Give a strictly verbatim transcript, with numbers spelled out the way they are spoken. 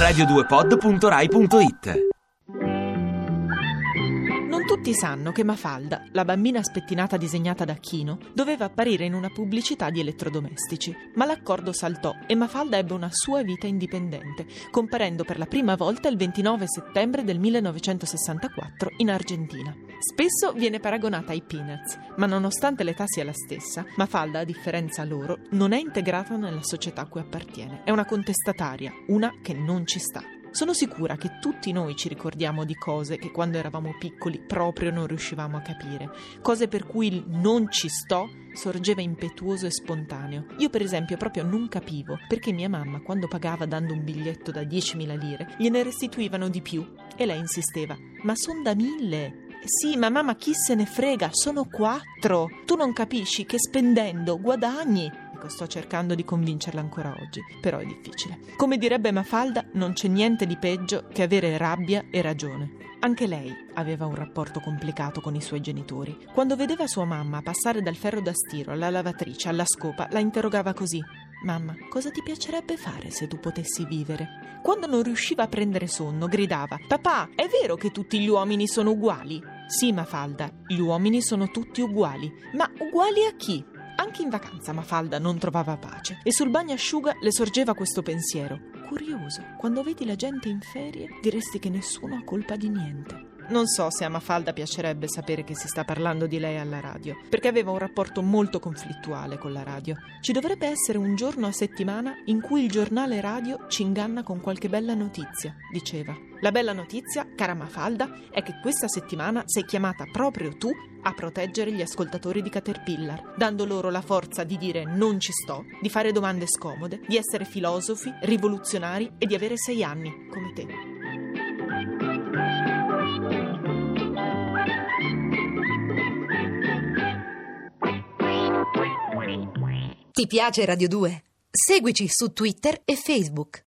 radio due pod punto rai punto it. Non tutti sanno che Mafalda, la bambina spettinata disegnata da Chino, doveva apparire in una pubblicità di elettrodomestici, ma l'accordo saltò e Mafalda ebbe una sua vita indipendente, comparendo per la prima volta il ventinove settembre del millenovecentosessantaquattro in Argentina. Spesso viene paragonata ai Peanuts, ma nonostante l'età sia la stessa, Mafalda, a differenza loro, non è integrata nella società a cui appartiene. È una contestataria, una che non ci sta. Sono sicura che tutti noi ci ricordiamo di cose che quando eravamo piccoli proprio non riuscivamo a capire, cose per cui il non ci sto sorgeva impetuoso e spontaneo. Io per esempio proprio non capivo perché mia mamma, quando pagava dando un biglietto da diecimila lire, gliene restituivano di più e lei insisteva: ma son da mille. Sì, ma mamma, chi se ne frega, sono quattro. Tu non capisci che spendendo guadagni. Ecco, sto cercando di convincerla ancora oggi, però è difficile. Come direbbe Mafalda, non c'è niente di peggio che avere rabbia e ragione. Anche lei aveva un rapporto complicato con i suoi genitori. Quando vedeva sua mamma passare dal ferro da stiro alla lavatrice, alla scopa, la interrogava così: mamma, cosa ti piacerebbe fare se tu potessi vivere? Quando non riusciva a prendere sonno, gridava: papà, è vero che tutti gli uomini sono uguali? Sì, Mafalda, gli uomini sono tutti uguali. Ma uguali a chi? Anche in vacanza Mafalda non trovava pace e sul bagnasciuga le sorgeva questo pensiero: curioso, quando vedi la gente in ferie diresti che nessuno ha colpa di niente. Non so se a Mafalda piacerebbe sapere che si sta parlando di lei alla radio, perché aveva un rapporto molto conflittuale con la radio. Ci dovrebbe essere un giorno a settimana in cui il giornale radio ci inganna con qualche bella notizia, diceva. La bella notizia, cara Mafalda, è che questa settimana sei chiamata proprio tu a proteggere gli ascoltatori di Caterpillar, dando loro la forza di dire non ci sto, di fare domande scomode, di essere filosofi, rivoluzionari e di avere sei anni, come te. Ti piace Radio due? Seguici su Twitter e Facebook.